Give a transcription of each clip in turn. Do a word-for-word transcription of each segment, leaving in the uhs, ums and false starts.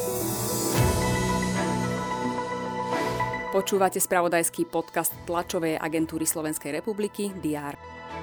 Počúvate spravodajský podcast tlačovej agentúry Slovenskej republiky dé er.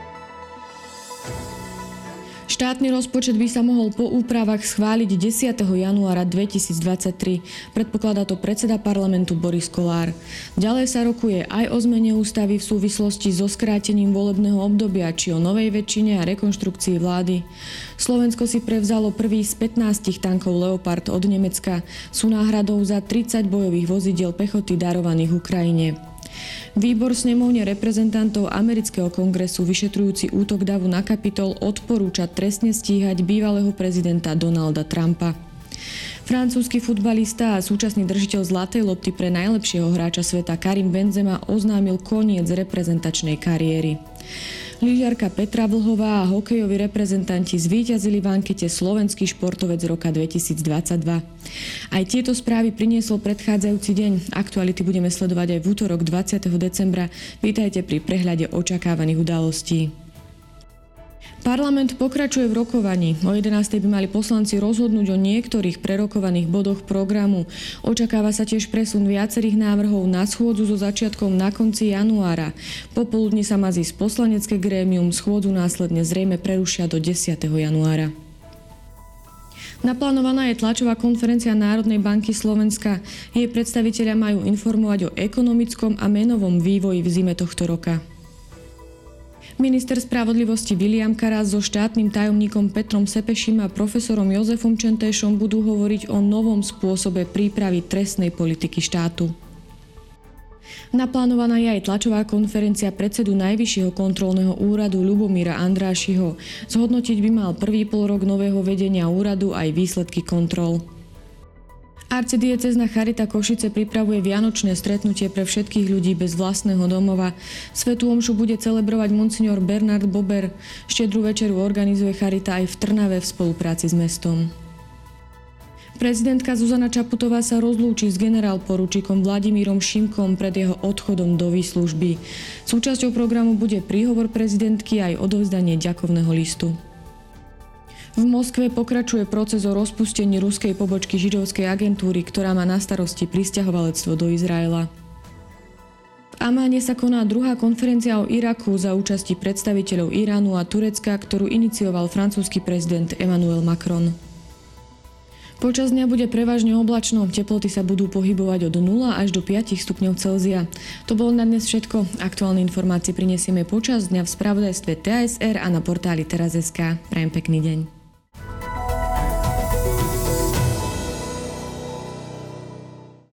Štátny rozpočet by sa mohol po úpravách schváliť desiateho januára dvetisícdvadsaťtri. Predpokladá to predseda parlamentu Boris Kollár. Ďalej sa rokuje aj o zmene ústavy v súvislosti so skrátením volebného obdobia či o novej väčšine a rekonštrukcii vlády. Slovensko si prevzalo prvý z pätnástich tankov Leopard od Nemecka. Sú náhradou za tridsať bojových vozidiel pechoty darovaných Ukrajine. Výbor snemovne reprezentantov amerického kongresu vyšetrujúci útok davu na Kapitol odporúča trestne stíhať bývalého prezidenta Donalda Trumpa. Francúzsky futbalista a súčasný držiteľ zlatej lopty pre najlepšieho hráča sveta Karim Benzema oznámil koniec reprezentačnej kariéry. Lyžiarka Petra Vlhová a hokejoví reprezentanti zvíťazili v ankete Slovenský športovec roka dvetisícdvadsaťdva. Aj tieto správy priniesol predchádzajúci deň. Aktuality budeme sledovať aj v útorok dvadsiateho decembra. Vítajte pri prehľade očakávaných udalostí. Parlament pokračuje v rokovaní. O jedenástej by mali poslanci rozhodnúť o niektorých prerokovaných bodoch programu. Očakáva sa tiež presun viacerých návrhov na schôdzu so začiatkom na konci januára. Popoludní sa má zísť poslanecké grémium, schôdzu následne zrejme prerušia do desiateho januára. Naplánovaná je tlačová konferencia Národnej banky Slovenska. Jej predstavitelia majú informovať o ekonomickom a menovom vývoji v zime tohto roka. Minister spravodlivosti Viliam Karas so štátnym tajomníkom Petrom Sepešim a profesorom Jozefom Čentejšom budú hovoriť o novom spôsobe prípravy trestnej politiky štátu. Naplánovaná je aj tlačová konferencia predsedu Najvyššieho kontrolného úradu Ľubomíra Andrášiho. Zhodnotiť by mal prvý polrok nového vedenia úradu aj výsledky kontrol. Arcidiecézna Charita Košice pripravuje vianočné stretnutie pre všetkých ľudí bez vlastného domova. Svätú omšu bude celebrovať monsignor Bernard Bober. Štedrú večeru organizuje Charita aj v Trnave v spolupráci s mestom. Prezidentka Zuzana Čaputová sa rozlúči s generálporučíkom Vladimírom Šimkom pred jeho odchodom do výslužby. Súčasťou programu bude príhovor prezidentky aj odovzdanie ďakovného listu. V Moskve pokračuje proces o rozpustení ruskej pobočky židovskej agentúry, ktorá má na starosti prisťahovalectvo do Izraela. V Amáne sa koná druhá konferencia o Iraku za účasti predstaviteľov Iránu a Turecka, ktorú inicioval francúzsky prezident Emmanuel Macron. Počas dňa bude prevažne oblačno, teploty sa budú pohybovať od nula až do päť stupňov Celzia. To bolo na dnes všetko. Aktuálne informácie prinesieme počas dňa v spravodajstve té es er a na portáli teraz bodka es ká. Prajem pekný deň.